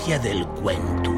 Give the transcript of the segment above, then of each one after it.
ciencia del cuento.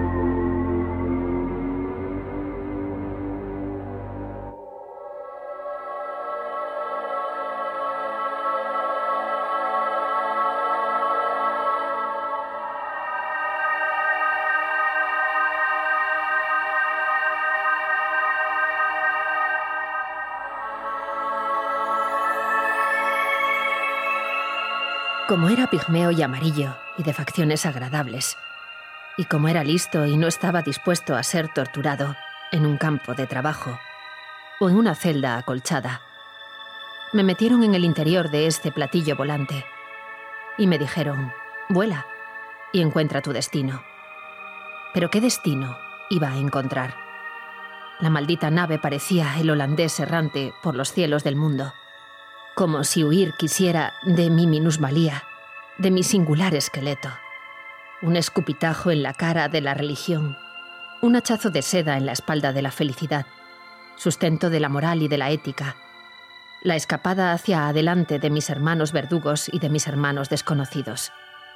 Como era pigmeo y amarillo y de facciones agradables, y como era listo y no estaba dispuesto a ser torturado en un campo de trabajo o en una celda acolchada, me metieron en el interior de este platillo volante y me dijeron: vuela y encuentra tu destino. ¿Pero qué destino iba a encontrar? La maldita nave parecía el holandés errante por los cielos del mundo, como si huir quisiera de mi minusvalía, de mi singular esqueleto. Un escupitajo en la cara de la religión, un hachazo de seda en la espalda de la felicidad, sustento de la moral y de la ética, la escapada hacia adelante de mis hermanos verdugos y de mis hermanos desconocidos.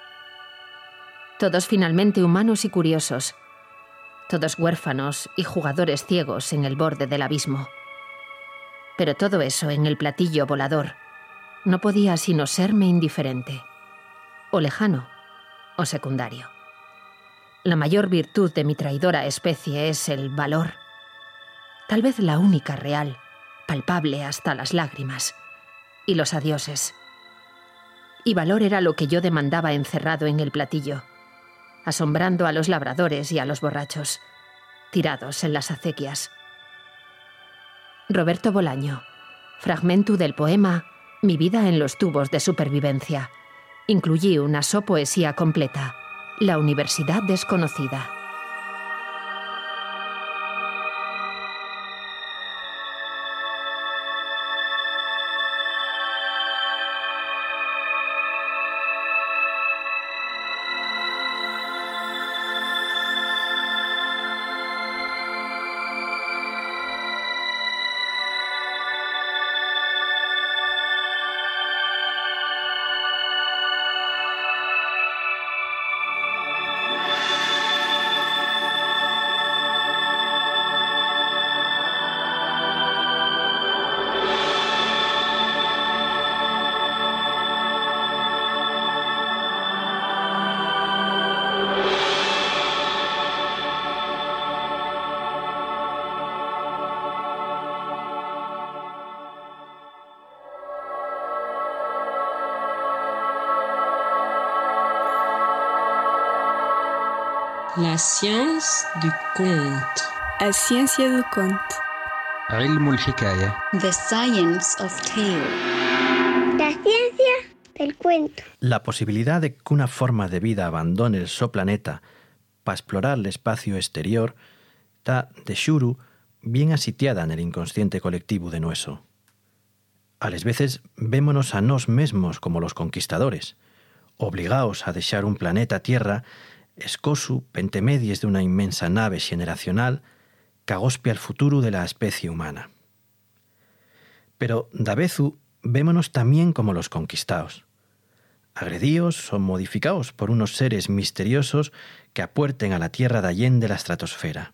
Todos finalmente humanos y curiosos, todos huérfanos y jugadores ciegos en el borde del abismo. Pero todo eso en el platillo volador no podía sino serme indiferente, o lejano, o secundario. La mayor virtud de mi traidora especie es el valor, tal vez la única real, palpable hasta las lágrimas, y los adioses. Y valor era lo que yo demandaba encerrado en el platillo, asombrando a los labradores y a los borrachos, tirados en las acequias. Roberto Bolaño, fragmento del poema Mi vida en los tubos de supervivencia. Incluí una poesía completa, La Universidad Desconocida. La science du conte. A ciência do conto. علم الحكاية. The science of tale. La ciencia del cuento. La posibilidad de que una forma de vida abandone el soplaneta para explorar el espacio exterior está, de xuru, bien asitiada en el inconsciente colectivo de nueso. A les veces vémonos a nós mesmos como los conquistadores, obligados a deixar un planeta Tierra escosu pentemedies de una inmensa nave xeneracional que agospia el futuro de la especie humana. Pero, da vezu, vémonos también como los conquistados, agredíos o modificados por unos seres misteriosos que apuerten a la Tierra d'allén de la estratosfera.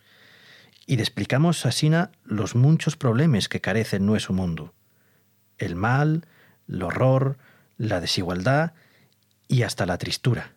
Y desplicamos asina los muchos problemas que carecen nuestro mundo: el mal, el horror, la desigualdad y hasta la tristura.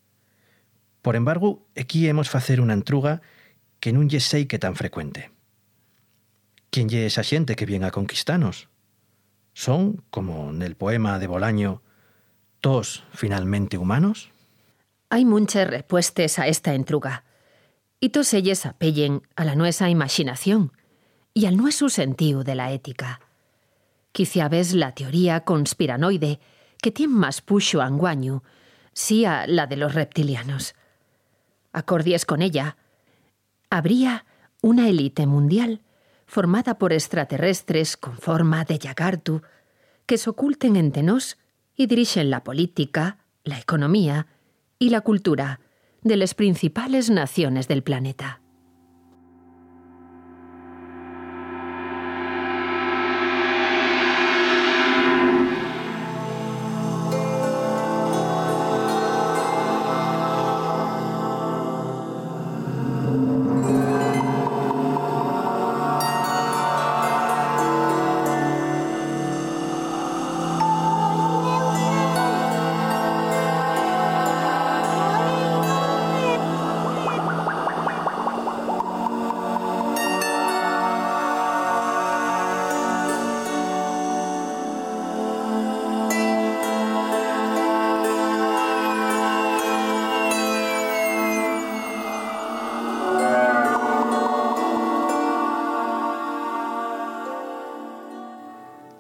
Por embargo, aquí hemos facer una entruga que nun lle sei que tan frecuente. ¿Quién lle esa xente que viene a conquistanos? ¿Son, como en el poema de Bolaño, todos finalmente humanos? Hay muchas respuestas a esta entruga, y todos ellas apellen a la nuestra imaginación y al nuestro sentido de la ética. Quizá ves la teoría conspiranoide que tiene más puxo anguaño, sí a la de los reptilianos. Acordies con ella, habría una élite mundial formada por extraterrestres con forma de lagartu que se oculten entre nos y dirigen la política, la economía y la cultura de las principales naciones del planeta.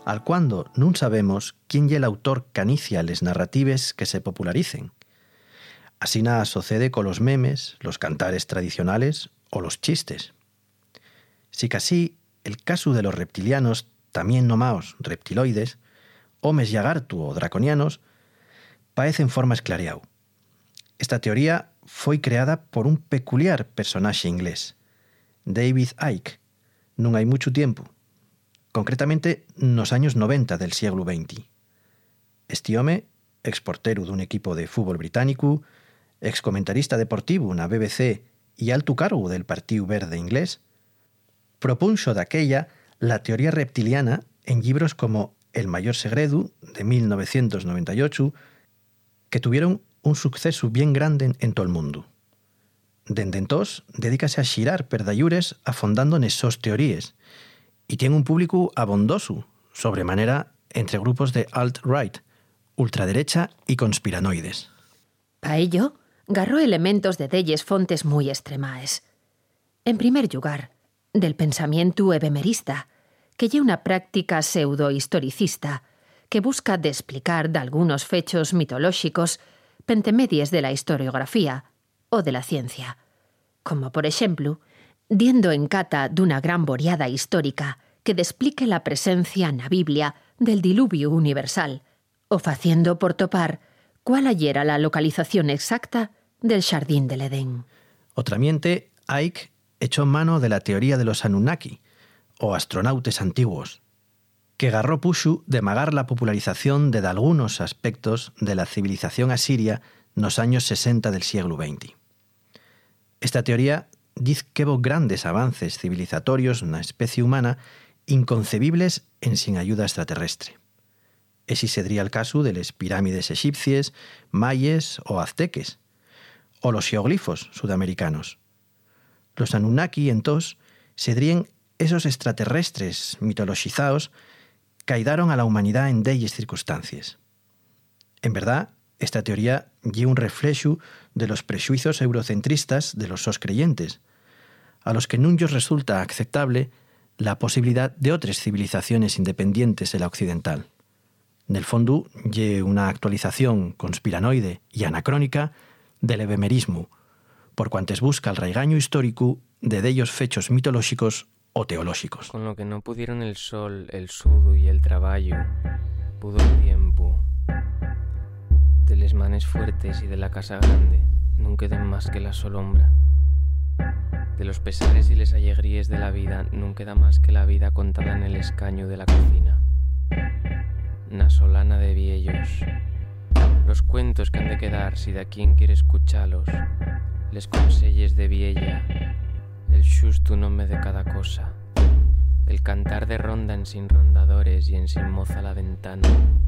al cuando nun sabemos quién ye l'autor qu'anicia les narratives que se popularicen. Asina sucede con los memes, los cantares tradicionales o los chistes. Si casi el caso de los reptilianos, también nomaos reptiloides, homes llagartu o draconianos, paece en forma esclareau. Esta teoría foi creada por un peculiar personaxe inglés, David Icke, nun hai mucho tiempo, concretamente nos años 90 del siglo XX. Este home, exportero dun equipo de fútbol británico, excomentarista deportivo na BBC y alto cargo del Partido Verde inglés, propunxo daquella la teoría reptiliana en libros como El mayor segredo, de 1998, que tuvieron un suceso bien grande en todo el mundo. Dende entós, dedícase a xirar perdallures afondando nesos teorías y tiene un público abondoso, sobremanera entre grupos de alt-right, ultraderecha y conspiranoides. Pa ello, garró elementos de delles fontes muy extremaes. En primer lugar, del pensamiento ebemerista, que lle una práctica pseudo-historicista que busca de explicar de algunos fechos mitolóxicos pentemedies de la historiografía o de la ciencia, como por ejemplo, diendo en cata d'una gran boreada histórica que desplique la presencia na Biblia del diluvio universal, o faciendo por topar cuál era la localización exacta del Jardín del Edén. Otramiente, Icke echó mano de la teoría de los Anunnaki, o astronautes antiguos, que garró puxu de magar la popularización de algunos aspectos de la civilización asiria nos años 60 del siglo XX. Esta teoría diz que hubo grandes avances civilizatorios na especie humana inconcebibles en sin ayuda extraterrestre. Esi sería el caso de las pirámides egipcies, mayes o azteques, o los geoglifos sudamericanos. Los Anunnaki, entós, sedrían esos extraterrestres mitologizados que ayudaron a la humanidad en delles circunstancias. En verdad, esta teoría lle un reflexo de los prexuizos eurocentristas de los sos creyentes, a los que nun lles resulta aceptable la posibilidad de otras civilizaciones independientes de la occidental. Nel fondo, lle una actualización conspiranoide y anacrónica del ebemerismo, por cuantes busca el raigaño histórico de dellos fechos mitolóxicos o teolóxicos. Con lo que no pudieron el sol, el sudo y el traballo, pudo el tiempo. De les manes fuertes y de la casa grande, nun queden más que la solombra. De los pesares y les alegrías de la vida, nun queda más que la vida contada en el escaño de la cocina. Na solana de viellos. Los cuentos que han de quedar si de quien quiere escucharlos, les conselles de viella, el xusto nome de cada cosa, el cantar de ronda en sin rondadores y en sin moza a la ventana,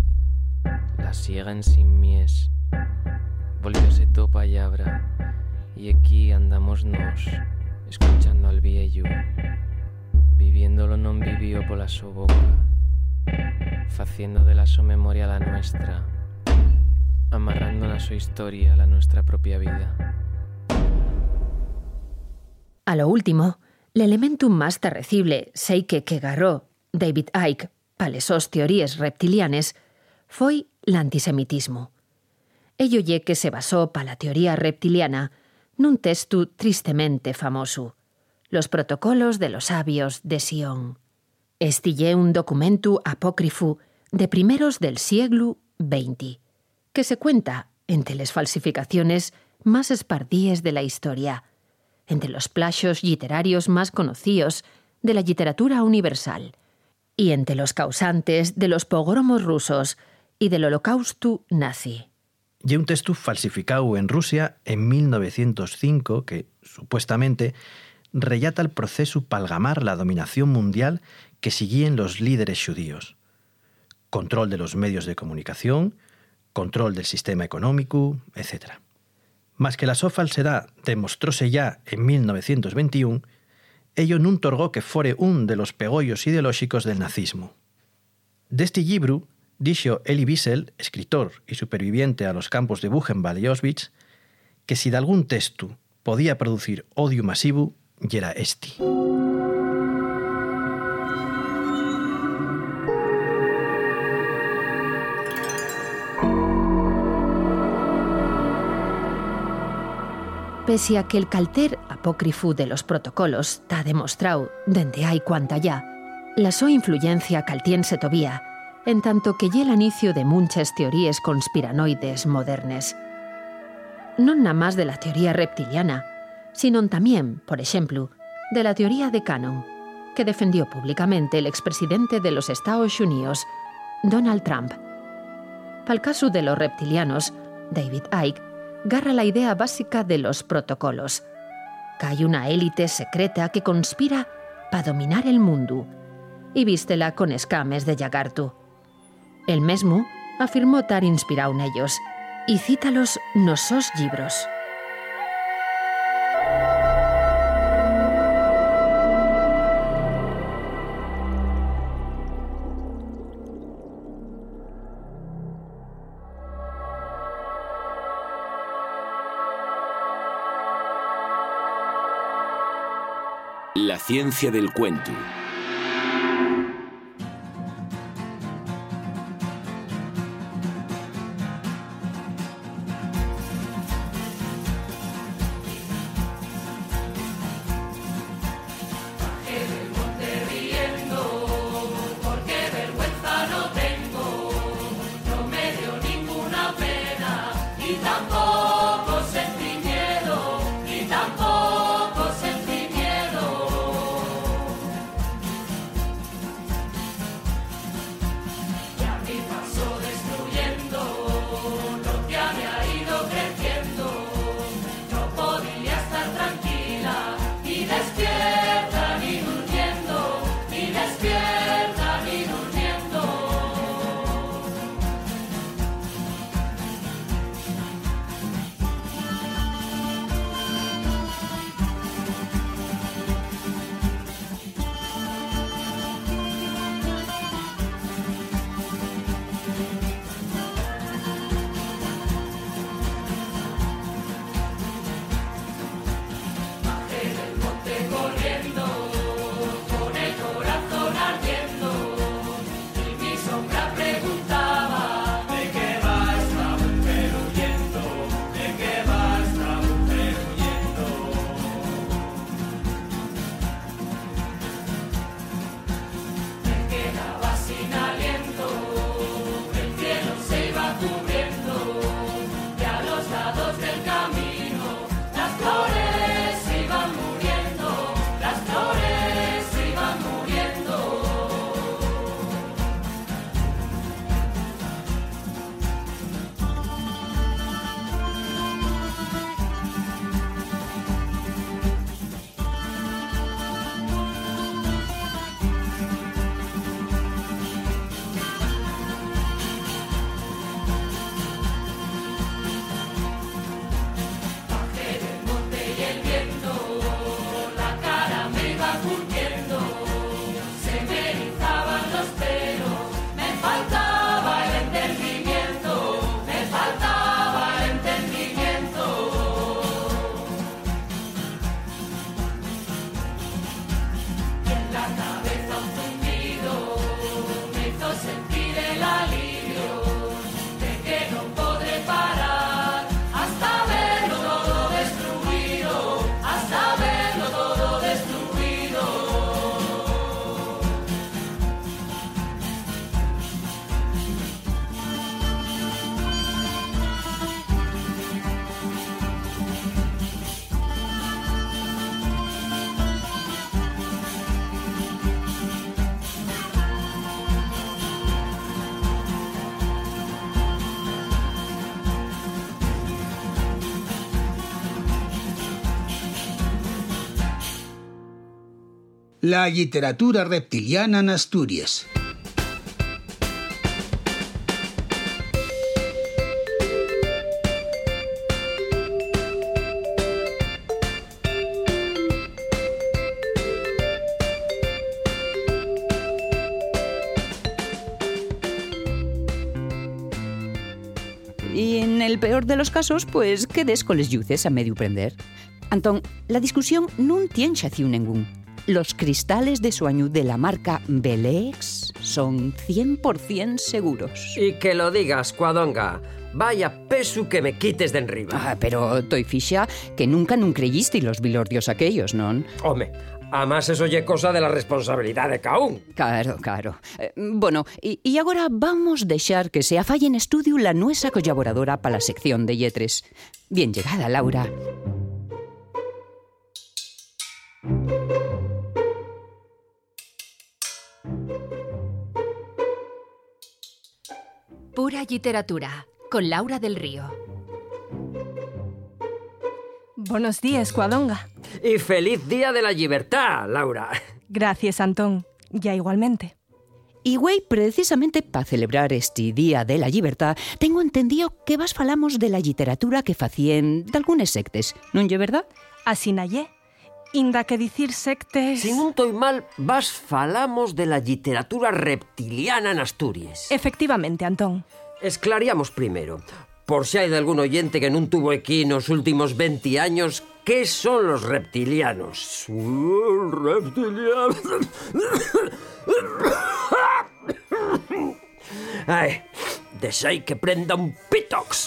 la siega en sin mies, volvióse topa y abra, y aquí andamos nos, escuchando al viejo, viviéndolo non vivió por la su boca, faciendo de la su memoria la nuestra, amarrando la su historia a la nuestra propia vida. A lo último, l'elementum más terrible seique que garró David Icke pa les sos teorías reptilianes foi l'antisemitismo. Ello ye que se basó pa la teoría reptiliana nun textu tristemente famoso, Los protocolos de los sabios de Sion. Esti ye un documentu apócrifu de primeros del siglo XX, que se cuenta entre les falsificaciones más espardíes de la historia, entre los plagios literarios más conocidos de la literatura universal y entre los causantes de los pogromos rusos y del holocausto nazi. Y un texto falsificado en Rusia en 1905 que, supuestamente, rellata el proceso para algamar la dominación mundial que seguían los líderes judíos. Control de los medios de comunicación, control del sistema económico, etc. Mas que la so falsedad demostróse ya en 1921, ello nun torgó que fore un de los pegollos ideolóxicos del nazismo. Deste libro, dixo Elie Wiesel, escritor y superviviente a los campos de Buchenwald y Auschwitz, que si de algún texto podía producir odio masivo, yera esti. Pese a que el calter apócrifu de los protocolos ta demostrado dende hai cuanta ya la so influencia caltiense tobía, en tanto que ye el anicio de muchas teorías conspiranoides modernes. Non na más de la teoría reptiliana, sino también, por ejemplo, de la teoría de Cannon, que defendió públicamente el expresidente de los Estados Unidos, Donald Trump. Pal caso de los reptilianos, David Icke garra la idea básica de los protocolos, que hay una élite secreta que conspira para dominar el mundo, y vístela con escames de llagartu. El mesmo afirmó tar inspirado en ellos, y cítalos nos sos libros. La ciencia del cuento. La literatura reptiliana en Asturias. Y en el peor de los casos, pues quedes con les lluces a medio prender. Antón, la discusión non tien xación ningún. Los cristales de sueño de la marca Belex son 100% seguros. Y que lo digas, Cuadonga. Vaya peso que me quites de enriba. Pero toi fixa que nunca creyiste los bilordios aquellos, non? Home, además eso ye cosa de la responsabilidad de cada un. Claro. Bueno, y agora vamos deixar que se afalle en estudio la nuesa colaboradora para la sección de lletres. Bien llegada, Laura. Pura literatura, con Laura del Río. Buenos días, Cuadonga. Y feliz Día de la Libertad, Laura. Gracias, Antón. Ya igualmente. Y güey, precisamente para celebrar este Día de la Libertad, tengo entendido que vas falamos de la literatura que facían d'algunes sectes, non lle verdad? Así nayé. Inda que dicir sectes... Si non toi mal, vas falamos de la literatura reptiliana en Asturias. Efectivamente, Antón. Esclaríamos primero, por si hai de algún oyente que non tuvo aquí nos últimos 20 años, ¿qué son los reptilianos? Reptilianos... Ai, deixai que prenda un pitox.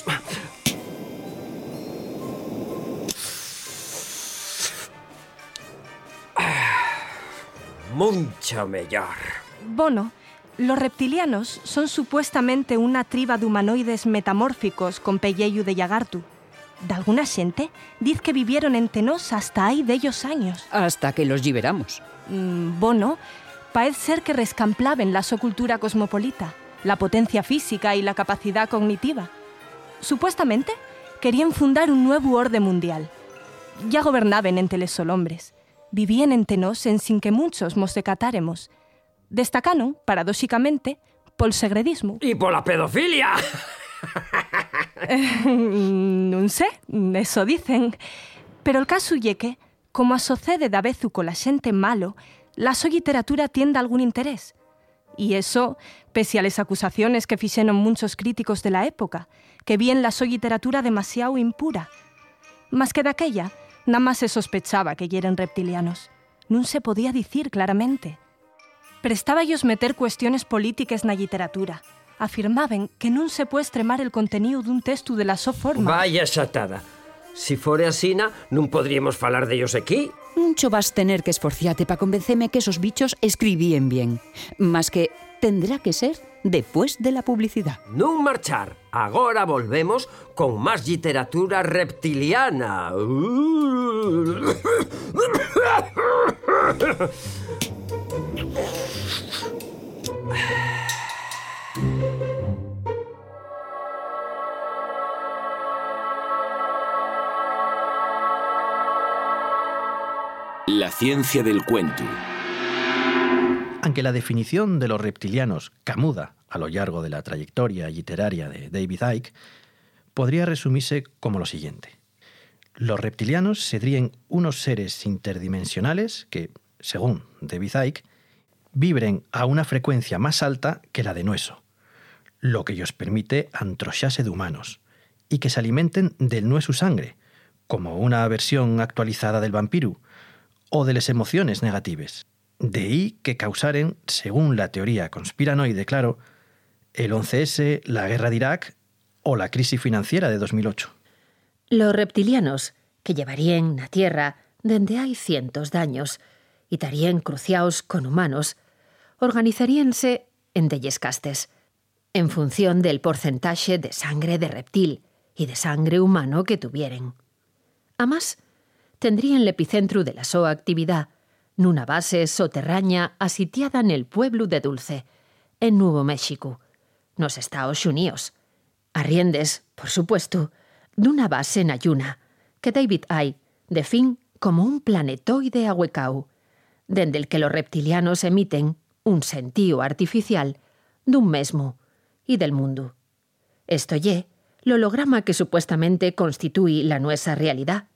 Mucho mellor. Bueno, los reptilianos son supuestamente una triba de humanoides metamórficos con pelleyu de lagartu. D'alguna xente diz que vivieron en Tenós hasta hai dellos años. Hasta que los liberamos. Bueno, parece ser que rescamplaven la so cultura cosmopolita, la potencia física y la capacidad cognitiva. Supuestamente, querían fundar un nuevo orde mundial. Ya gobernaban entre les solhombres. Vivían en Tenós en sin que muchos mos decatáremos. Destacaron, paradóxicamente, pol segredismo. Y por la pedofilia. Non sé, eso dicen. Pero el caso ye que, como asocede da vezu con la xente malo, la so literatura tiende algún interés. Y eso, pese a las acusaciones que fixeron muchos críticos de la época, que vien la so literatura demasiado impura. Mas que daquella, nada más se sospechaba que eran reptilianos. Non se podía dicir claramente. Prestaba ellos meter cuestiones políticas na literatura. Afirmaban que non se puede extremar el contenido dun texto de la so forma. Vaya xatada. Si fore asina, non podríamos falar dellos aquí. Mucho vas tener que esforciarte para convencerme que esos bichos escribían bien. Más que tendrá que ser después de la publicidad. Non marchar. Agora volvemos con más literatura reptiliana. La ciencia del cuento. Aunque la definición de los reptilianos camuda a lo largo de la trayectoria literaria de David Icke, podría resumirse como lo siguiente. Los reptilianos serían unos seres interdimensionales que, según David Icke, vibren a una frecuencia más alta que la de nueso, lo que ellos permite antroxarse de humanos y que se alimenten del nuesu sangre, como una versión actualizada del vampiru, o de las emociones negativas. De ahí que causaren, según la teoría conspiranoide, claro, el 11S, la guerra de Irak o la crisis financiera de 2008. Los reptilianos, que llevarían la Tierra dende hai cientos de años y estarían cruciaos con humanos, organizaríanse en delles castes, en función del porcentaje de sangre de reptil y de sangre humano que tuvieren. Además, tendrían el epicentro de la so actividad nuna base soterraña asitiada en el pueblo de Dulce, en Nuevo México, nos Estados Unidos. Arriendes, por supuesto, d'una base en Ayuna, que David Icke define como un planetoide ahuecao, dende el que los reptilianos emiten un sentío artificial d'un mesmo y del mundo. Esto ye l'holograma que supuestamente constituye la nuestra realidad.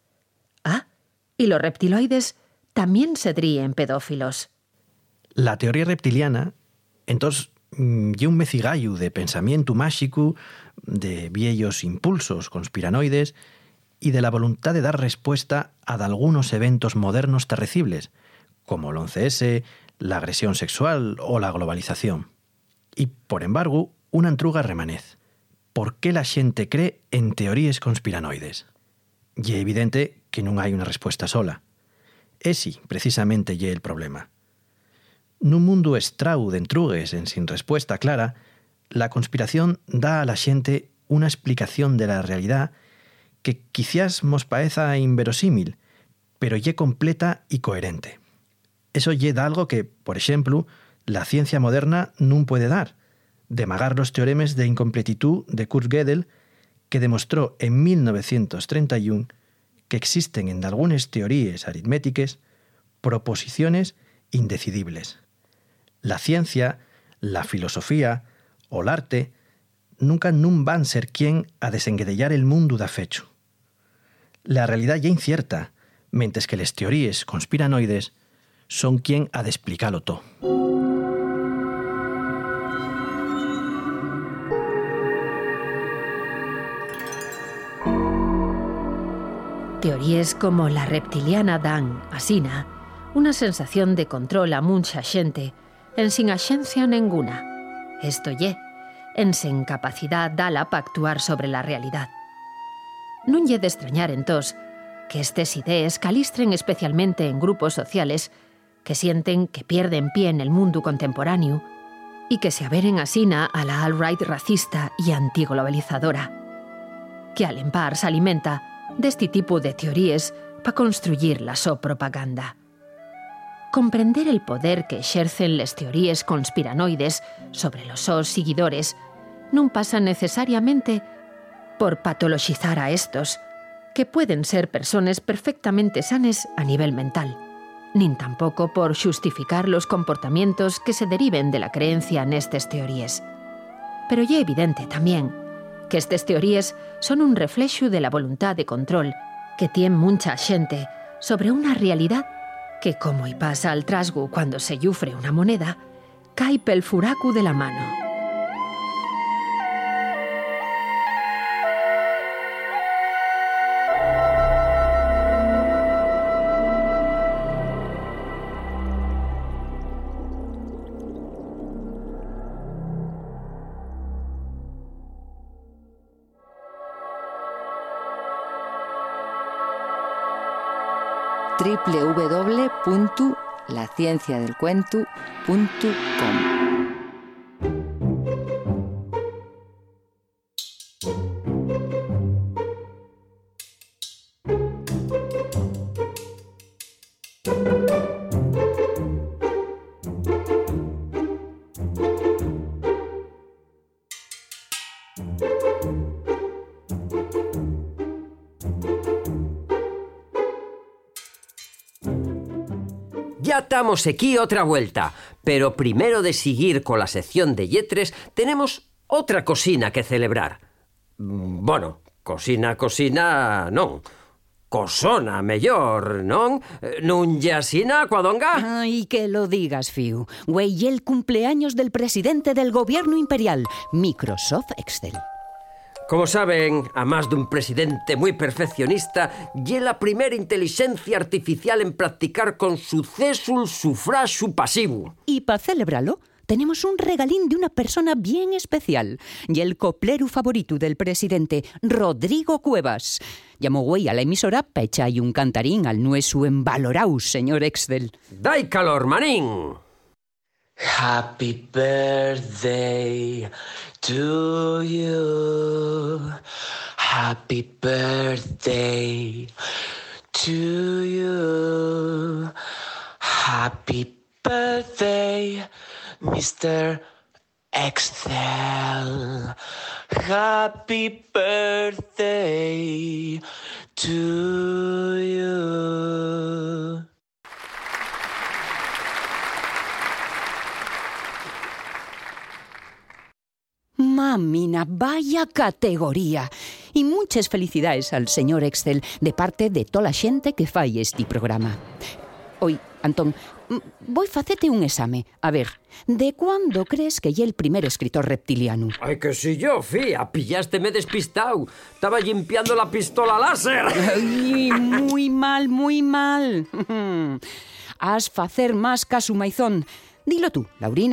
Y los reptiloides también serían pedófilos. La teoría reptiliana, entonces, ye un mecigallo de pensamiento máxico, de viejos impulsos conspiranoides y de la voluntad de dar respuesta a algunos eventos modernos terribles, como el 11S, la agresión sexual o la globalización. Y, por embargo, una entruga remanez. Por qué la xente cree en teorías conspiranoides? Y é evidente que non hai unha respuesta sola. Ese, precisamente, é el problema. Nun mundo estrau de entrugues en sin respuesta clara, la conspiración da a la xente una explicación de la realidad que quizás mos paeza inverosímil, pero lle completa y coherente. Eso lle da algo que, por exemplo, la ciencia moderna non puede dar, de magar los teoremes de incompletitud de Kurt Gödel, que demostró en 1931 que existen en algunas teorías aritmétiques proposiciones indecidibles. La ciencia, la filosofía o l'arte nunca nun van ser quien a desenguedellar el mundo da fecho. La realidad ya incierta, mentes que les teorías conspiranoides son quien ha de explicarlo todo. Teorías como la reptiliana dan, asina, una sensación de control a mucha xente, en sin axencia ninguna. Esto lle, en sen capacidad dala pa actuar sobre la realidad. Non lle de extrañar, entós, que estes ideas calistren especialmente en grupos sociales que sienten que pierden pie en el mundo contemporáneo y que se averen asina a la alt-right racista y antiglobalizadora, que al empar se alimenta de este tipo de teorías para construir la propaganda. Comprender el poder que ejercen las teorías conspiranoides sobre los sos seguidores no pasa necesariamente por patologizar a estos, que pueden ser personas perfectamente sanes a nivel mental, ni tampoco por justificar los comportamientos que se deriven de la creencia en estas teorías. Pero ya evidente también que estas teorías son un reflejo de la voluntad de control que tiene mucha gente sobre una realidad que, como y pasa al trasgo cuando se llufre una moneda, cae pel furacu de la mano. www.lacienciadelcuento.com. Ya estamos aquí otra vuelta, pero primero de seguir con la sección de lletres, tenemos otra cosina que celebrar. Bueno, cosina non. Cosona, mellor, non? Non lle asina, Cuadonga? Ay, que lo digas, Fiu. Güey, el cumpleaños del presidente del gobierno imperial, Microsoft Excel. Como saben, a más de un presidente muy perfeccionista, y la primera inteligencia artificial en practicar con suceso el sufragio pasivo. Y para celebrarlo, tenemos un regalín de una persona bien especial, y el coplero favorito del presidente, Rodrigo Cuevas. Llamó güey a la emisora pa echar un cantarín al nueso embalorau, señor Excel. ¡Dai calor, manín! Happy birthday to you. Happy birthday to you. Happy birthday, Mr. Excel. Happy birthday to you. Mamina, vaya categoría. Y muchas felicidades al señor Excel de parte de toda la xente que fai este programa. Oi, Antón, voy facete un exame. A ver, ¿de cuándo crees que lle el primer escritor reptiliano? Ay, que si yo, fía, pillásteme despistao. Estaba limpiando la pistola láser. Ay, muy mal, muy mal. Has facer más caso, maizón. Dilo tú, Laurina.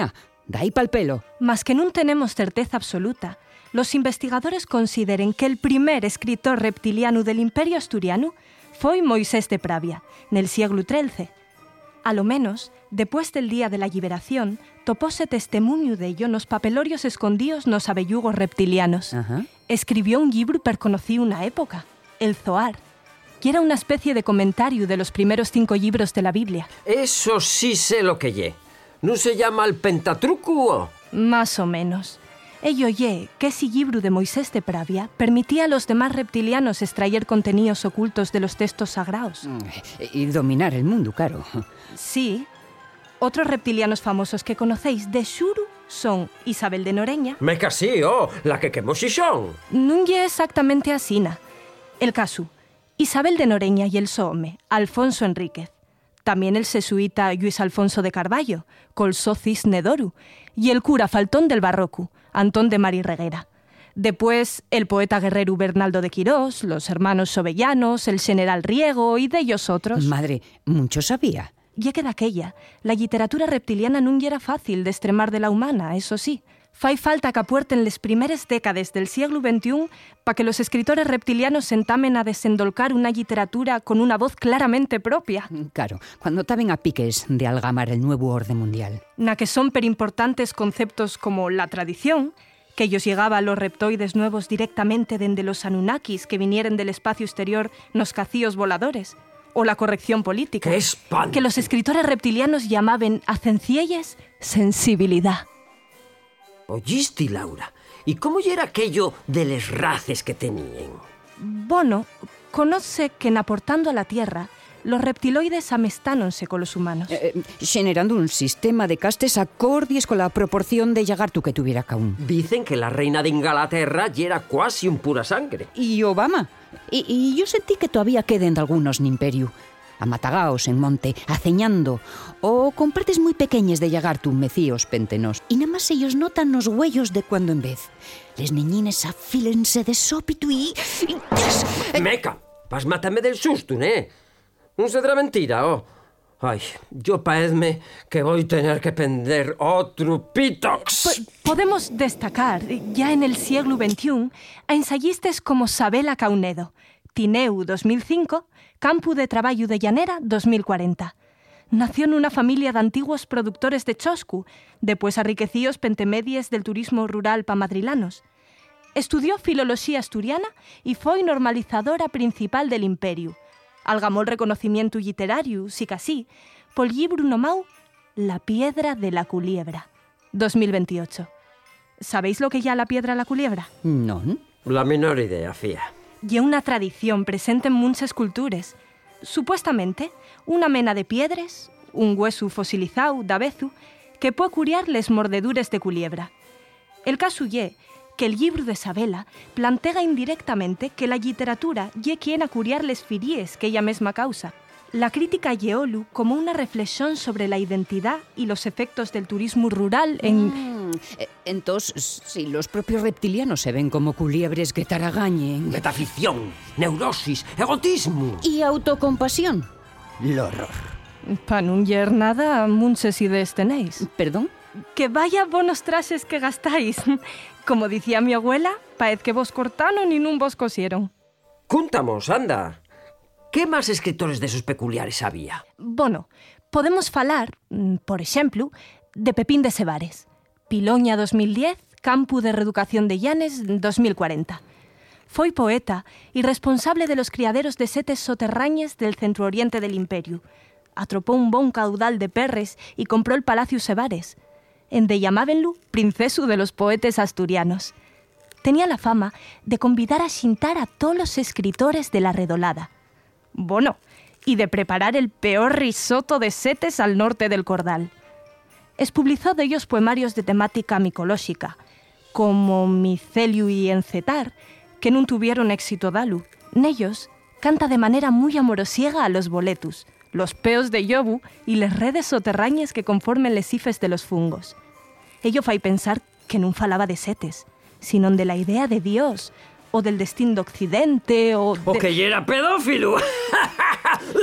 Dai pa'l pelo. Mas que non tenemos certeza absoluta, los investigadores consideren que el primer escritor reptiliano del Imperio Asturiano foi Moisés de Pravia, nel siglo XIII. A lo menos, después del día de la liberación, topóse testimonio d'ello nos papelorios escondidos nos abellugos reptilianos. Escribió un libro perconocido una época, el Zohar, que era una especie de comentario de los primeros 5 libros de la Biblia. Eso sí sé lo que lle. ¿No se llama el Pentatruco? Más o menos. Ello ye que ese libro de Moisés de Pravia permitía a los demás reptilianos extraer contenidos ocultos de los textos sagrados. Y dominar el mundo, claro. Sí. Otros reptilianos famosos que conocéis de xuru son Isabel de Noreña. Me casí, la que quemó Xixón. Non ye exactamente asina. El caso, Isabel de Noreña y el so home, Alfonso Enríquez. También el jesuita Luis Alfonso de Carballo, col so Cisne d'Oru, y el cura faltón del barroco, Antón de Mari Reguera. Después, el poeta guerrero Bernaldo de Quirós, los hermanos Sobellanos, el general Riego y de ellos otros. Madre, mucho sabía. Ya que daquella, la literatura reptiliana non era fácil de extremar de la humana, eso sí. Fai falta que apuerten les primeres décades del siglo XXI para que los escritores reptilianos se entamen a desendolcar una literatura con una voz claramente propia. Claro, cuando taben a piques de algamar el nuevo orden mundial. Na que son perimportantes conceptos como la tradición, que ellos llegaba a los reptoides nuevos directamente dende los Anunnakis que vinieren del espacio exterior nos cacíos voladores, o la corrección política, que los escritores reptilianos llamaban a cencielles sensibilidad. Oyisti, Laura, ¿y cómo era aquello de les races que tenían? Bueno, conoce que en aportando a la Tierra, los reptiloides amestánonse con los humanos. Generando un sistema de castes acordies con la proporción de llagartu que tuviera cada uno. Dicen que la reina de Inglaterra ya era casi un pura sangre. Y Obama. Y yo sentí que todavía queden de algunos en imperio. Amatagaos en monte, aceñando, o con partes muy pequeñas de llagartu mecíos pentenos. Y nada más ellos notan los huellos de cuando en vez. Les niñines afílense de sópitu y... Meca, vas mátame del susto, ¿eh? No será mentira, Ay, yo paezme que voy a tener que prender otro pitox. Podemos destacar, ya en el siglo XXI, a ensayistas como Sabela Caunedo, Tineu 2005, Campo de Traballo de Llanera 2040. Nació en una familia de antiguos productores de choscu, después enriquecidos pentemedies del turismo rural pamadrilanos. Estudió filología asturiana y fue normalizadora principal del imperio. Algamó el reconocimiento literario, sí casi, por libro nomau La piedra de la culiebra, 2028. ¿Sabéis lo que ya la piedra de la culiebra? No. La menor idea, fía. Y una tradición presente en muchas culturas. Supuestamente, una mena de piedras, un hueso fosilizado d'abezu, que puede curiar les mordedures de culiebra. El caso ye que el libro de Sabela plantea indirectamente que la literatura ye quien a curiar les firies que ella misma causa. La crítica yeolu como una reflexión sobre la identidad y los efectos del turismo rural en... Entonces, si los propios reptilianos se ven como culiebres que taragañen... Metaficción, neurosis, egotismo... Y autocompasión. El horror. Pa nun yer nada, muchas ideas tenéis. ¿Perdón? Que vaya bonos trajes que gastáis. Como decía mi abuela, paez que vos cortaron y nun vos cosieron. Cúntamos, anda. ¿Qué más escritores de esos peculiares había? Bueno, podemos falar, por ejemplo, de Pepín de Sebares, Piloña 2010, Campo de Reeducación de Llanes 2040. Foi poeta y responsable de los criaderos de setes soterrañes del centro-oriente del imperio. Atropó un bon caudal de perres y compró el Palacio Sebares. Ende llamábenlo princeso de los poetes asturianos. Tenía la fama de convidar a xintar a todos los escritores de la redolada. Bueno, y de preparar el peor risotto de setes al norte del Cordal. Espublizó de ellos poemarios de temática micológica, como Miceliu y Encetar, que no tuvieron éxito dalu. Nellos canta de manera muy amorosiega a los boletus, los peos de yobu y las redes soterrañas que conformen les ifes de los fungos. Ello fai pensar que non falaba de setes, sino de la idea de Dios, o del destino de Occidente, o que era pedófilo.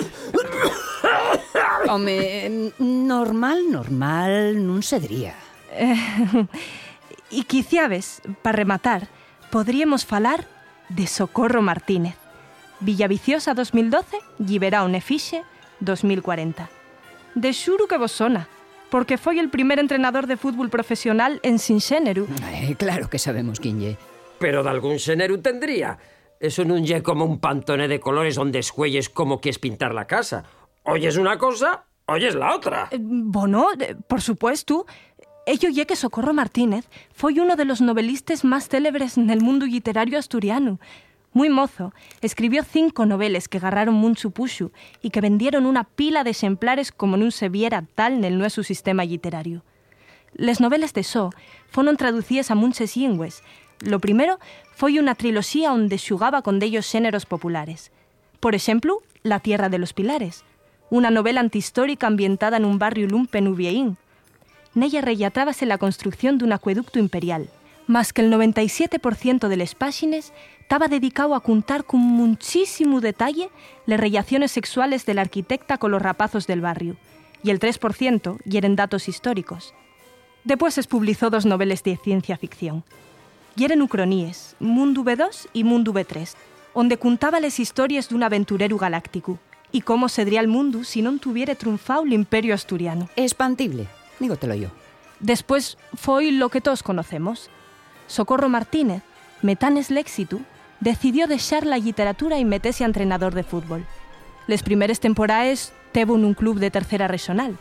Home, normal, non se diría. E quiciabes, para rematar, podríamos falar de Socorro Martínez. Villaviciosa 2012, Lliberao Nefixe 2040. De xuro que vos sona, porque foi el primer entrenador de fútbol profesional en sin xénero. Claro que sabemos quién lle. Pero de algún xénero tendría. Eso non lle como un pantone de colores onde escuelles como quieres pintar la casa. Oyes una cosa, oyes la otra. Bueno, por supuesto. Ello lle que Socorro Martínez foi uno de los novelistas más célebres en el mundo literario asturiano. Muy mozo, escribió 5 noveles que agarraron mucho puxo y que vendieron una pila de exemplares como non se viera tal nel nueso sistema literario. Les noveles de So foron traducías a munches lingües. Lo primero foi unha triloxía onde xugaba con dellos xéneros populares. Por exemplo, La tierra de los pilares, una novela antihistórica ambientada nun barrio lumpen uvieín. Nella rellatrábase la construcción dun acueducto imperial, mas que el 97% de les páxines estaba dedicado a contar con muchísimo detalle las relaciones sexuales de la arquitecta con los rapazos del barrio, y el 3% yeren datos históricos. Después se publicó 2 noveles de ciencia ficción. Yeren ucroníes, Mundo V2 y Mundo V3, donde contaba las historias de un aventurero galáctico y cómo sedría el mundo si no tuviera triunfado el imperio asturiano. Espantible, dígotelo yo. Después fue lo que todos conocemos. Socorro Martínez, metanes l'éxito, decidió dejar la literatura y meterse a entrenador de fútbol. Les primeres temporadas tevo en un club de tercera regional.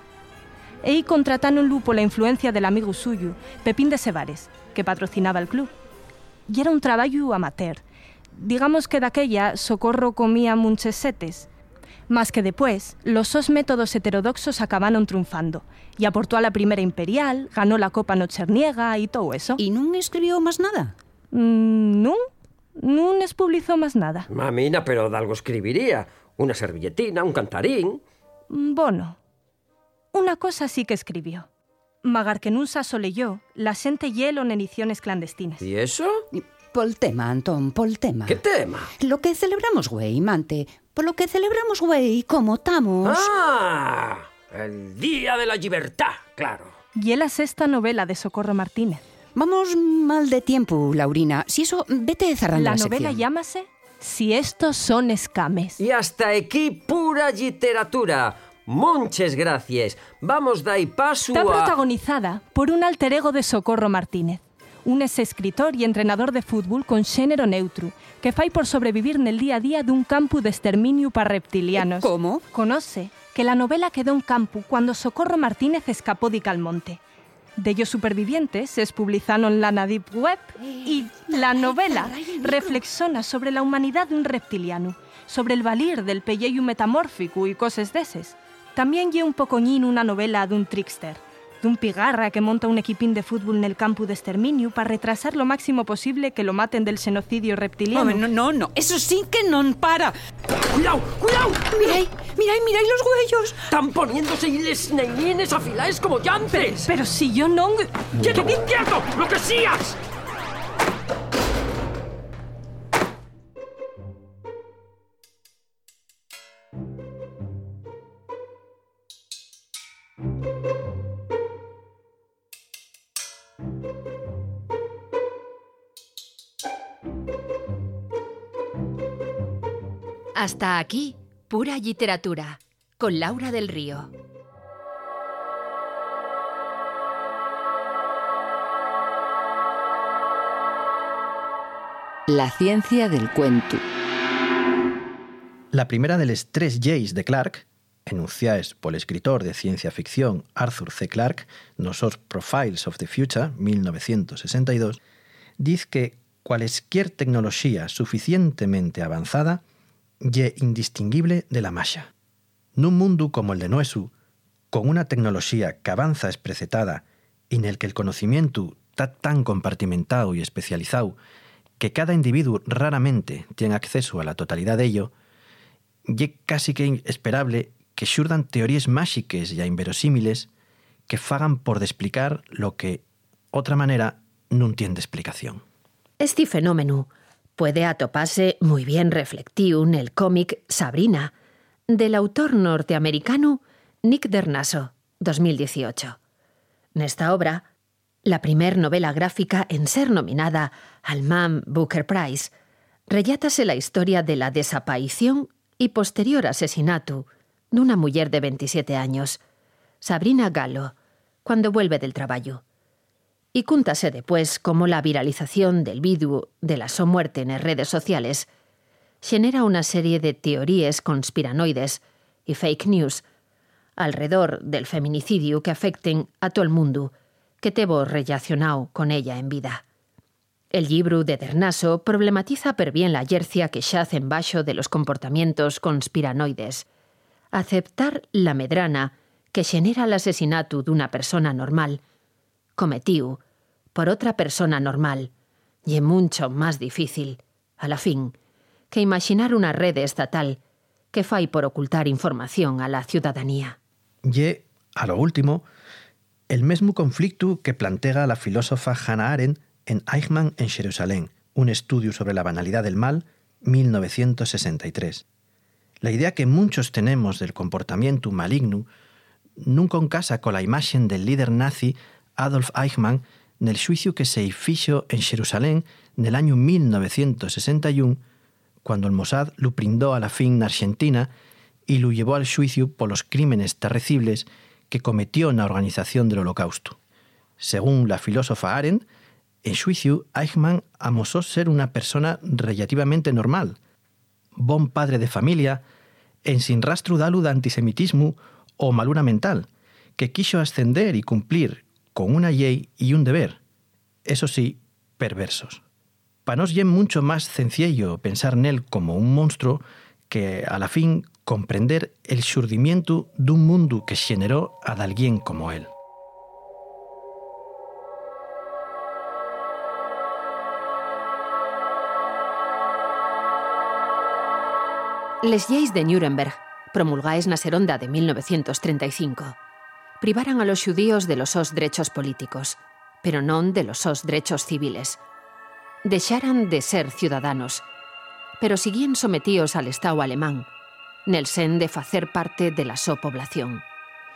E contratáronlo por la influencia del amigo suyo, Pepín de Sebares, que patrocinaba el club. Y era un traballo amateur. Digamos que daquella Socorro comía munches setes, mas que después los sos métodos heterodoxos acabaron triunfando y aportó a la primera imperial, ganó la Copa Nocherniega y todo eso. ¿Y no escribió más nada? Non es publicó más nada. Mamina, pero de algo escribiría. Una servilletina, un cantarín. Bueno, una cosa sí que escribió. Magar que nun sa soleyó, la xente hielo en ediciones clandestinas. ¿Y eso? Pol tema, Antón, pol tema. ¿Qué tema? Lo que celebramos, güey, mante. Por lo que celebramos, güey, como estamos. ¡Ah! El Día de la Libertad, claro. Y es la 6ª novela de Socorro Martínez. Vamos mal de tiempo, Laurina. Si eso, vete cerrando la novela sección. llámase Si estos son escames. Y hasta aquí pura literatura. Muchas gracias. Vamos dai paso Está a... protagonizada por un alter ego de Socorro Martínez, un ex-escritor y entrenador de fútbol con xénero neutro, que fai por sobrevivir nel día a día dun campo de exterminio para reptilianos. ¿Cómo? Conoce que la novela quedó en campo cuando Socorro Martínez escapó de Calmonte. De ellos supervivientes se publicaron en la Deep Web y la novela reflexiona sobre la humanidad de un reptiliano, sobre el valir del pelleyu metamórfico y cosas deses. También lle un pocoñín una novela de un trickster, de un pigarra que monta un equipín de fútbol en el campo de exterminio para retrasar lo máximo posible que lo maten del xenocidio reptiliano. Hombre, no, eso sí que no para. ¡Cuidado, cuidado! Mirai los huellos. Están poniéndose les neines afilaes como llances. Pero si yo no... ¡Quieto, quieto! ¡Lo que seas! Hasta aquí, Pura Literatura, con Laura del Río. La ciencia del cuento. La primera de les 3 lleis de Clarke, enunciadas por el escritor de ciencia ficción Arthur C. Clarke nos seus Profiles of the Future, 1962, dice que cualesquier tecnoloxía suficientemente avanzada ye indistinguible de la malla. Nun mundo como el de nuesu, con una tecnoloxía que avanza esprecetada y en el que el conocimiento está tan compartimentado y especializado que cada individuo raramente tiene acceso a la totalidad de ello, ye casi que esperable que xurdan teorías máxiques y inverosímiles que fagan por explicar lo que, otra manera, non tiene explicación. Este fenómeno puede atoparse muy bien reflectido en el cómic Sabrina, del autor norteamericano Nick Dernaso, 2018. Nesta obra, La primer novela gráfica en ser nominada al Man Booker Prize, rellatase la historia de la desaparición y posterior asesinato d'una muller de 27 años, Sabrina Gallo, cuando vuelve del traballo. Y cúntase después cómo la viralización del vídeo de la so muerte en las redes sociales genera una serie de teorías conspiranoides y fake news alrededor del feminicidio que afecten a todo el mundo que tevo relacionado con ella en vida. El libro de Dernaso problematiza per bien la yercia que xace en baixo de los comportamientos conspiranoides. Aceptar la medrana que genera el asesinato d'una persona normal, cometido por otra persona normal, y mucho más difícil, a la fin, que imaginar una red estatal que fai por ocultar información a la ciudadanía. Y, a lo último, el mesmo conflicto que plantea la filósofa Hannah Arendt en Eichmann en Jerusalén, un estudio sobre la banalidad del mal, 1963. La idea que muchos tenemos del comportamiento maligno nunca encasa con la imagen del líder nazi Adolf Eichmann nel juicio que se fixo en Jerusalén nel año 1961, cuando el Mossad lo prindó a la fin en Argentina y lo llevó al juicio por los crímenes terribles que cometió en la organización del Holocausto. Según la filósofa Arendt, en juicio, Eichmann amosó ser una persona relativamente normal, bon padre de familia, en sin rastro d'algo d'antisemitismo o malura mental, que quiso ascender y cumplir con una ley y un deber, eso sí, perversos. Pa nos ye mucho más sencillo pensar nel como un monstruo que, a la fin, comprender el xurdimiento d'un mundo que generó a d'alguien como él. Les lleis de Nuremberg, promulgaes na seronda de 1935, privaran a los xudíos de los sos derechos políticos, pero non de los sos derechos civiles. Deixaran de ser ciudadanos, pero seguían sometíos al Estado alemán, nel sen de facer parte de la so población.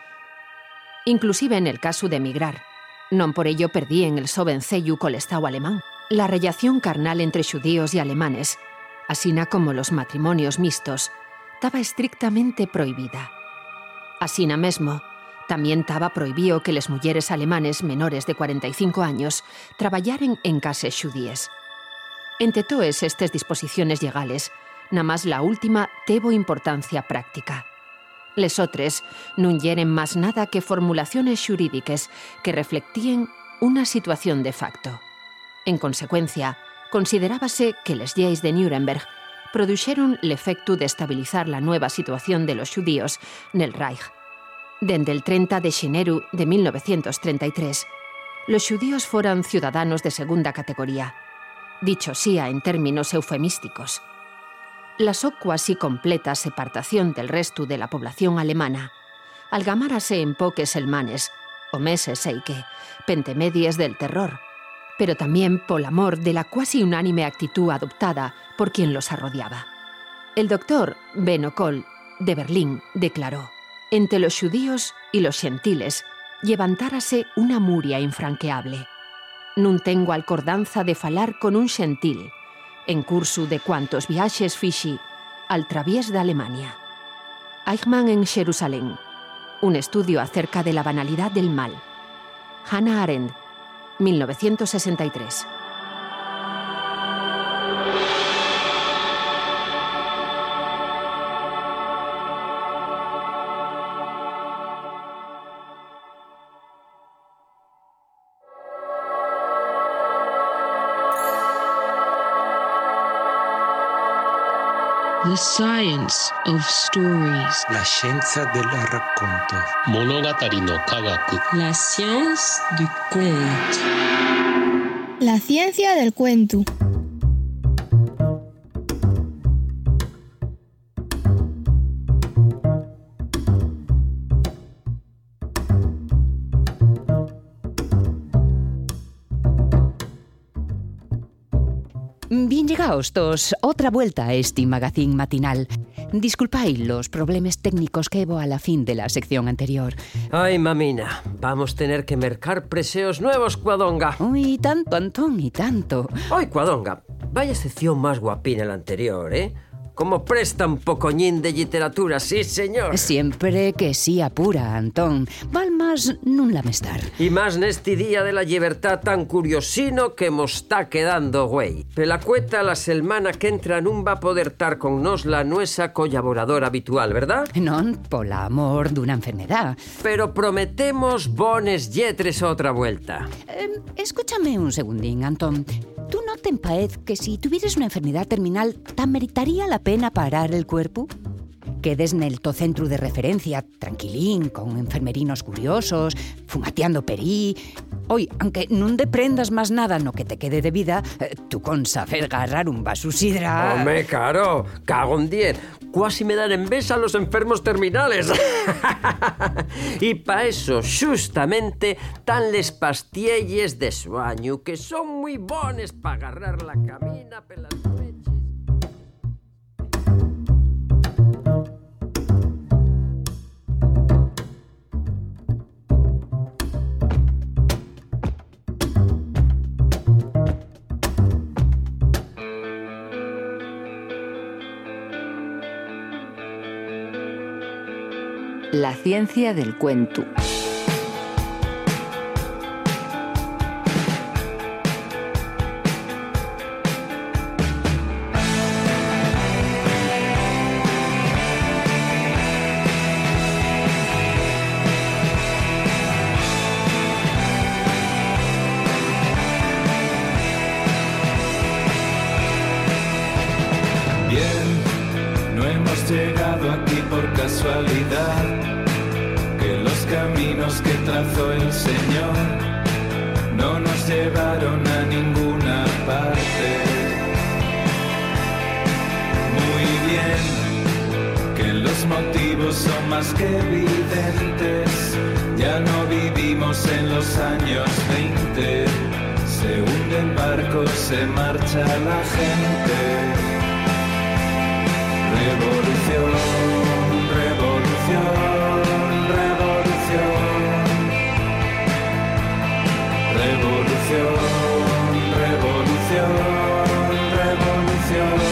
Inclusive en el caso de emigrar, non por ello perdían el so vencello col Estado alemán. La relación carnal entre xudíos y alemanes, asina como los matrimonios mixtos, estaba estrictamente prohibida. Asina mesmo, también estaba prohibido que les mulleres alemanes menores de 45 años traballaren en cases xudíes. Entre todas estas disposiciones legales, nada más la última tevo importancia práctica. Les otres non yeren más nada que formulaciones xurídiques que reflectían una situación de facto. En consecuencia, considerábase que les lleis de Nuremberg produxeron l'efecto de estabilizar la nueva situación de los xudíos nel Reich. Dende el 30 de xeneru de 1933, los xudíos foran ciudadanos de segunda categoría, dicho sea en términos eufemísticos. La so cuasi completa separación del resto de la población alemana algamárase en poques selmanes, o meses eique, pentemedies del terror, pero también por amor de la cuasi unánime actitud adoptada por quien los arrodeaba. El doctor Benno Kohl, de Berlín, declaró: entre los xudíos y los xentiles levantárase una muria infranqueable. Non tengo alcordanza de falar con un xentil, en curso de cuantos viaxes fixi al traviés de Alemania. Eichmann en Jerusalén, un estudio acerca de la banalidad del mal. Hannah Arendt, 1963. The science of stories. La scienza del racconto. Monogatari no kagaku. La science du conte. La ciencia del cuento. Bien llegaos todos, otra vuelta a este magazín matinal. Disculpáis los problemas técnicos que hubo a la fin de la sección anterior. Ay, mamina, vamos a tener que mercar preseos nuevos, Cuadonga. Uy, tanto, Antón, y tanto. Ay, Cuadonga, vaya sección más guapina la anterior, ¿eh? Como presta un pocoñín de literatura, sí, señor. Siempre que sí apura, Antón. Val más nun lamestar. Y más neste día de la libertad tan curiosino que mos está quedando, güey. Pela cueta la semana que entra nun va a poder tar con nos la nuesa colaboradora habitual, ¿verdad? Non, pola amor dunha enfermedad. Pero prometemos bones lletres otra vuelta. Escúchame un segundín, Antón. ¿Tú no te paez que si tuvieras una enfermedad terminal, te meritaría la pena parar el cuerpo? Quedes nel to centro de referencia, tranquilín, con enfermerinos curiosos, fumateando perí. Hoy, aunque non deprendas más nada no que te quede de vida, tú con saber agarrar un vaso sidra... Hombre, claro, cago en 10. Cuasi me dan enveja los enfermos terminales. Y pa eso, justamente, tan les pastielles de sueño, que son muy bones pa agarrar la camina pelas noches. La ciencia del cuento. Llegado aquí por casualidad, que los caminos que trazó el Señor no nos llevaron a ninguna parte. Muy bien, que los motivos son más que evidentes, ya no vivimos en los años 20, se hunde el barco, se marcha la gente. Revolución, revolución, revolución. Revolución, revolución, revolución.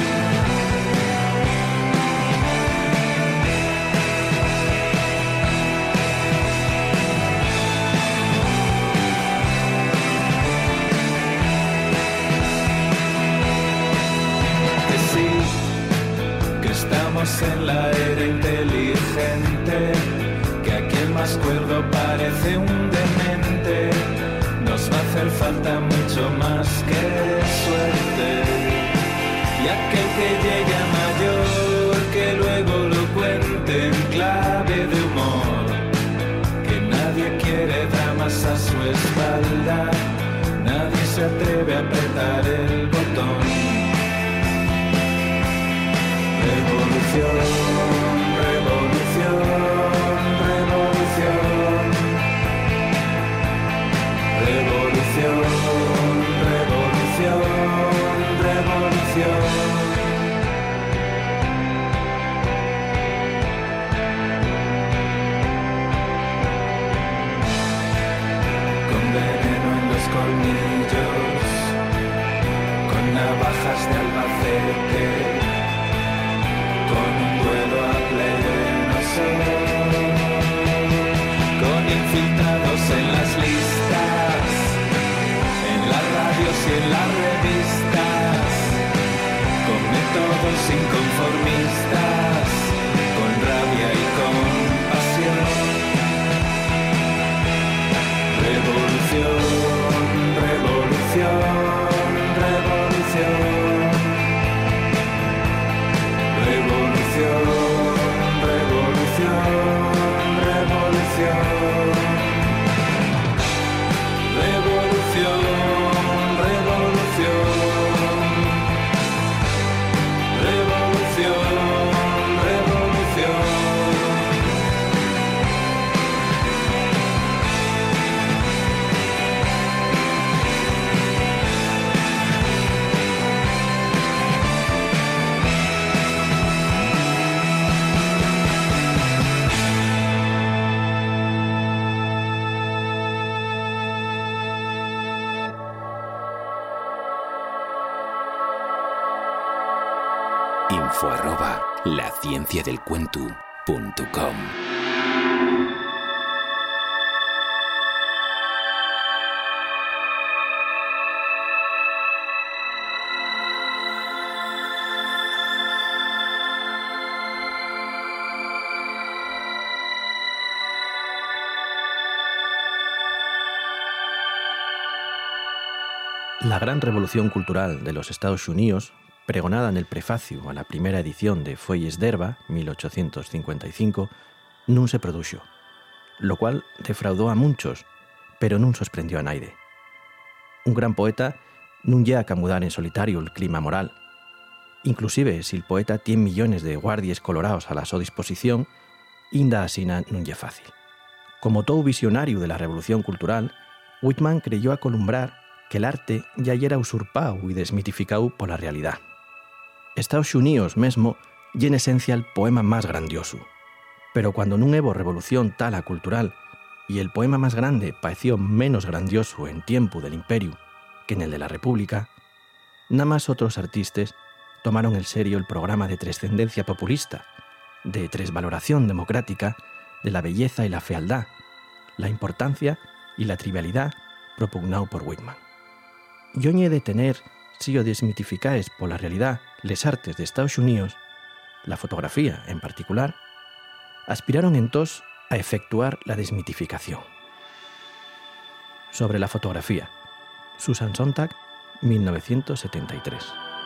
Que sí, que estamos en la era inteligente, que aquí el más cuerdo parece un demente. Nos va a hacer falta mucho más que suerte. Y aquel que llegue a mayor, que luego lo cuente en clave de humor. Que nadie quiere dramas a su espalda, nadie se atreve a apretar el botón. Revolución, revolución, revolución. Revolución, revolución, revolución. Con veneno en los colmillos, con navajas de Albacete, con un duelo a pleno sol, con infiltrados en las listas, en las radios y en las revistas, con métodos inconformistas, con rabia y con pasión. Revolución, revolución, revolución. info@lacienciadelcuento.com. La gran revolución cultural de los Estados Unidos, pregonada en el prefacio a la primera edición de Fuelles d'Herba, 1855, non se produxo, lo cual defraudó a muchos, pero non sorprendió a naide. Un gran poeta non lle a camudar en solitario el clima moral. Inclusive, si el poeta tiene millones de guardias colorados a la so disposición, inda asina non lle fácil. Como todo visionario de la revolución cultural, Whitman creyó acolumbrar que el arte ya era usurpado y desmitificado por la realidad. Estados Unidos mesmo y en esencia el poema más grandioso. Pero cuando nun hubo revolución tal a cultural y el poema más grande pareció menos grandioso en tiempo del imperio que en el de la república, nada más otros artistas tomaron en serio el programa de trascendencia populista, de tresvaloración democrática de la belleza y la fealdad, la importancia y la trivialidad propugnado por Whitman. Yo ñe de tener, si o desmitificáis por la realidad les artes de Estados Unidos, la fotografía en particular, aspiraron entonces a efectuar la desmitificación. Sobre la fotografía, Susan Sontag, 1973.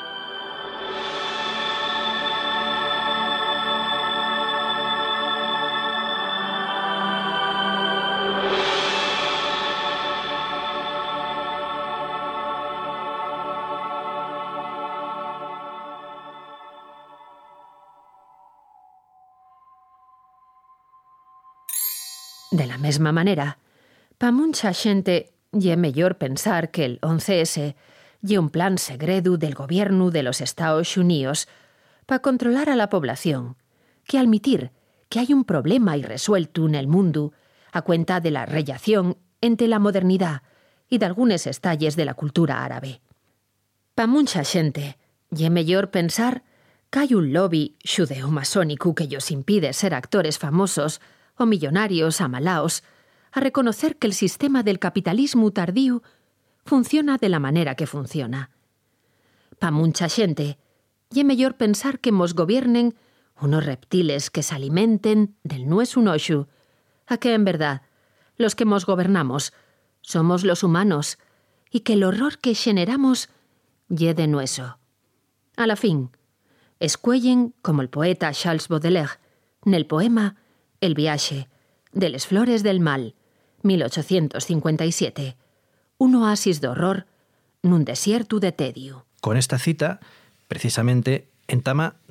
De la mesma manera, pa muncha xente ye mellor pensar que el 11S ye un plan segredo del gobierno de los Estados Unidos pa controlar a la población, que admitir que hay un problema irresuelto en el mundo a cuenta de la rellación entre la modernidad y de algunos estalles de la cultura árabe. Pa muncha xente ye mellor pensar que hay un lobby xudeo-masónico que ellos impide ser actores famosos o millonarios amalaos a reconocer que el sistema del capitalismo tardío funciona de la manera que funciona. Pa muncha xente, ye mellor pensar que mos gobiernen unos reptiles que se alimenten del nuesu noxu, a que en verdad los que mos gobernamos somos los humanos y que el horror que generamos ye de nueso. A la fin, escuellen como el poeta Charles Baudelaire nel poema El viaje de les flores del mal, 1857, un oasis de horror nun desierto de tedio. Con esta cita, precisamente, entama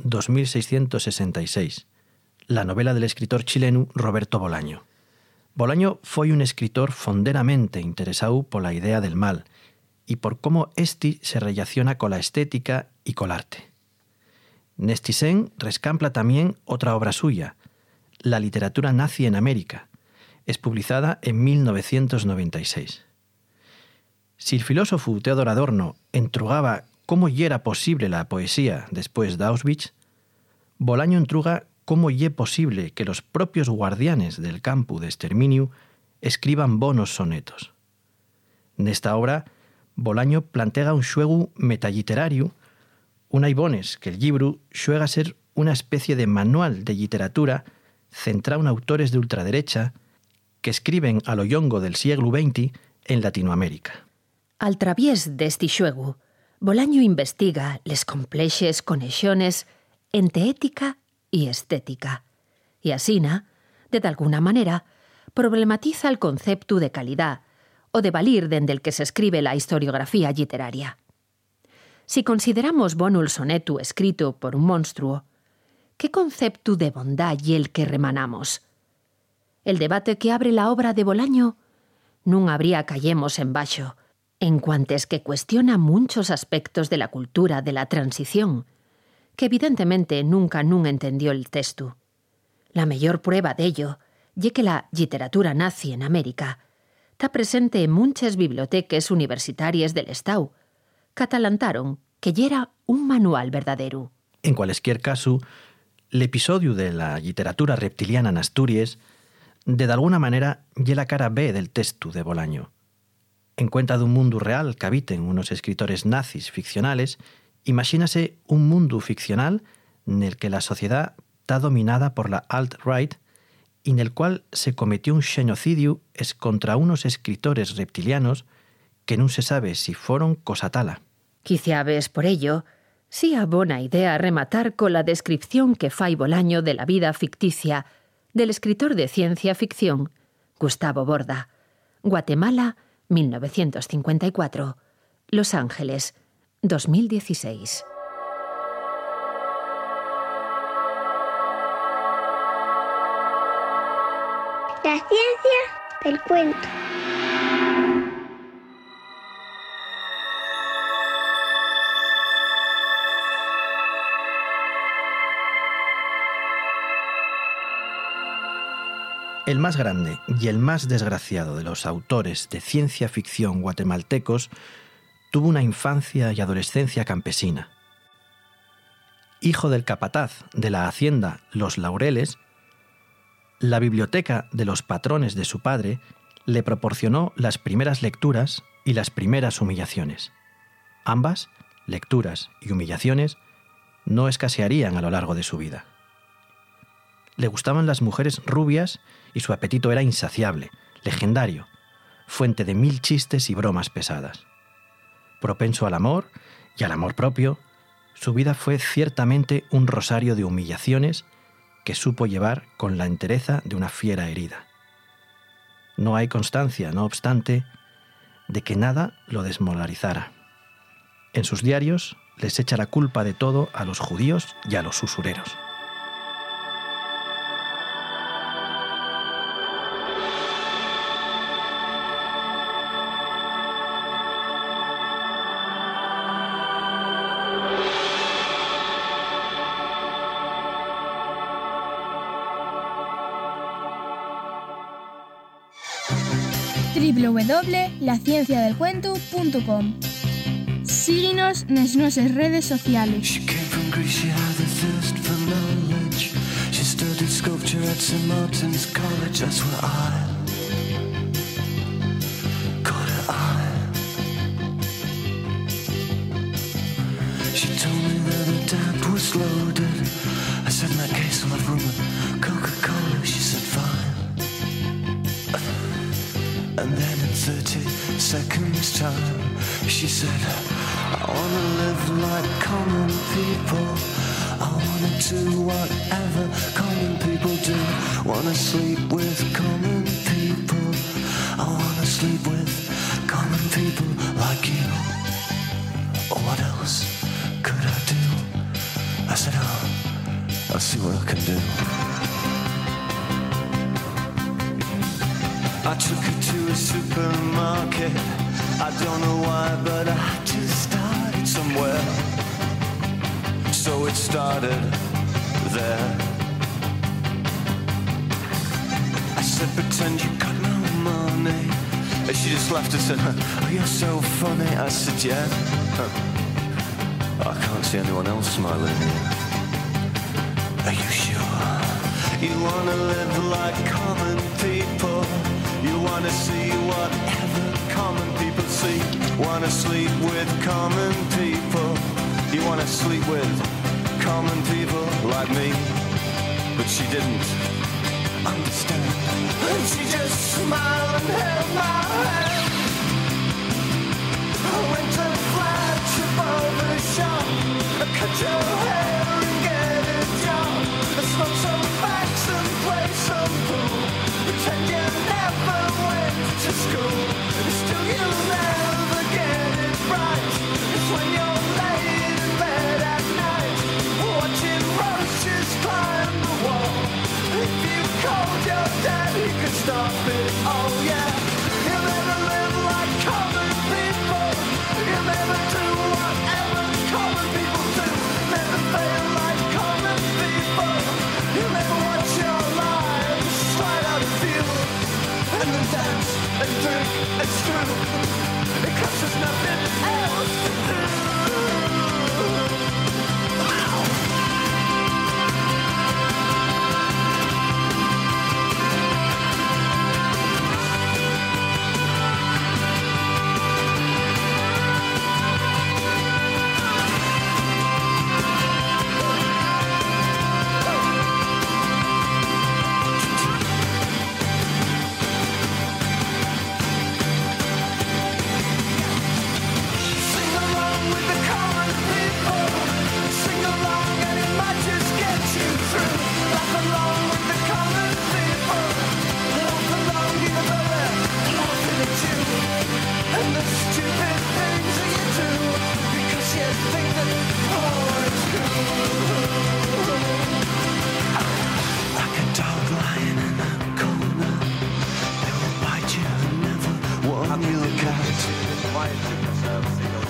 2666, la novela del escritor chileno Roberto Bolaño. Bolaño foi un escritor fonderamente interesado pola idea del mal y por cómo ésti se relaciona cola estética y col arte. Nesti sen rescampla también otra obra suya, La literatura nazi en América, es publicada en 1996. Si el filósofo Theodor Adorno entrugaba cómo ye era posible la poesía después de Auschwitz, Bolaño entruga cómo ye posible que los propios guardianes del campo de exterminio escriban bonos sonetos. Nesta obra, Bolaño plantea un xuegu metalliterario, un aibones que el libro xuega a ser una especie de manual de literatura centrado en autores de ultraderecha que escriben a lo longo del siglo XX en Latinoamérica. Al traviés d'esti xuegu, Bolaño investiga les complexes conexiones entre ética y estética, y asina, de alguna manera, problematiza el concepto de calidad o de valir dende el que se escribe la historiografía literaria. Si consideramos bono el soneto escrito por un monstruo, ¿qué concepto de bondad y el que remanamos? El debate que abre la obra de Bolaño nun habría callemos en baxo, en cuantes que cuestiona muchos aspectos de la cultura de la transición, que evidentemente nunca entendió el texto. La mayor prueba de ello ye que la literatura nazi en América está presente en muchas bibliotecas universitarias del Estado, que atalantaron que yera un manual verdadero. En cualesquier caso, l'episodi de la literatura reptiliana en Astúries, de d'alguna manera, ye la cara B del texto de Bolaño. En cuenta d'un mundo real que habiten unos escritores nazis ficcionales, imagínase un mundo ficcional en el que la sociedad está dominada por la alt-right y en el cual se cometió un xenocidio contra unos escritores reptilianos que no se sabe si fueron cosa tala. Quizá ves por ello, sí a bona idea rematar con la descripción que fai Bolaño de la vida ficticia del escritor de ciencia ficción Gustavo Borda. Guatemala, 1954. Los Ángeles, 2016. La ciencia del cuento. El más grande y el más desgraciado de los autores de ciencia ficción guatemaltecos tuvo una infancia y adolescencia campesina. Hijo del capataz de la hacienda Los Laureles, la biblioteca de los patrones de su padre le proporcionó las primeras lecturas y las primeras humillaciones. Ambas, lecturas y humillaciones, no escasearían a lo largo de su vida. Le gustaban las mujeres rubias y su apetito era insaciable, legendario, fuente de 1000 chistes y bromas pesadas. Propenso al amor y al amor propio, su vida fue ciertamente un rosario de humillaciones que supo llevar con la entereza de una fiera herida. No hay constancia, no obstante, de que nada lo desmoralizara. En sus diarios les echa la culpa de todo a los judíos y a los usureros. www.lacienciadelcuento.com. Síguenos nas nosas redes sociales. She came from Greece, she had the thirst for knowledge. She studied sculpture at St. Martin's College. That's where I caught her eye. She told me that her dad was loaded. I said, in that case I'll have rum and Coca-Cola. She said, fine. And then in 30 seconds time, she said, I wanna live like common people. I wanna do whatever common people do. Wanna sleep with common people. I wanna sleep with common people like you. What else could I do? I said, I'll see what I can do. I took her to a supermarket. I don't know why, but I just started somewhere. So it started there. I said, pretend you got no money. And she just laughed and said, oh, you're so funny. I said, yeah. I can't see anyone else smiling here. Are you sure? You wanna live like common people. You wanna see whatever common people see. Wanna sleep with common people. You wanna sleep with common people like me. But she didn't understand. And she just smiled and held my hand. I went to the flagship barber shop. I cut your hair and get a job. I smoke some facts and play some pool. Pretend you never went to school. Still you'll never get it right. It's when you're laid in bed at night, watching roaches climb the wall. If you called your dad, he could stop it. Oh yeah, you'll never live like common people. You'll never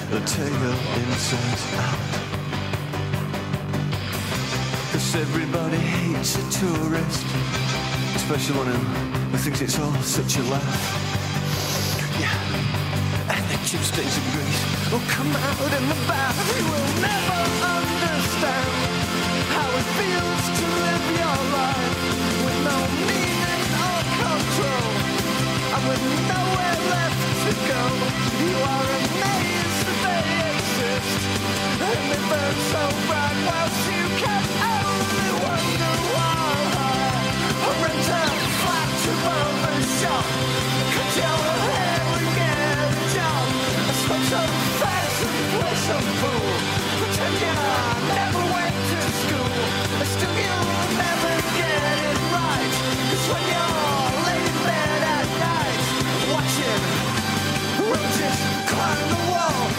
the tale inside out. 'Cause everybody hates a tourist, especially one who thinks it's all such a laugh. Yeah, and the tube stains in Greece will come out in the bath. You will never understand how it feels to live your life with no meaning or control, and with nowhere left to go. You are amazed that they exist, and they burn so bright whilst you can only wonder why. A rent a flat above a shop, cut your hair and get a job, smoke some fags and play some pool, pretend you never went to school, still you'll never get it right. 'Cause when you're laid in bed at night, watching roaches climb the wall,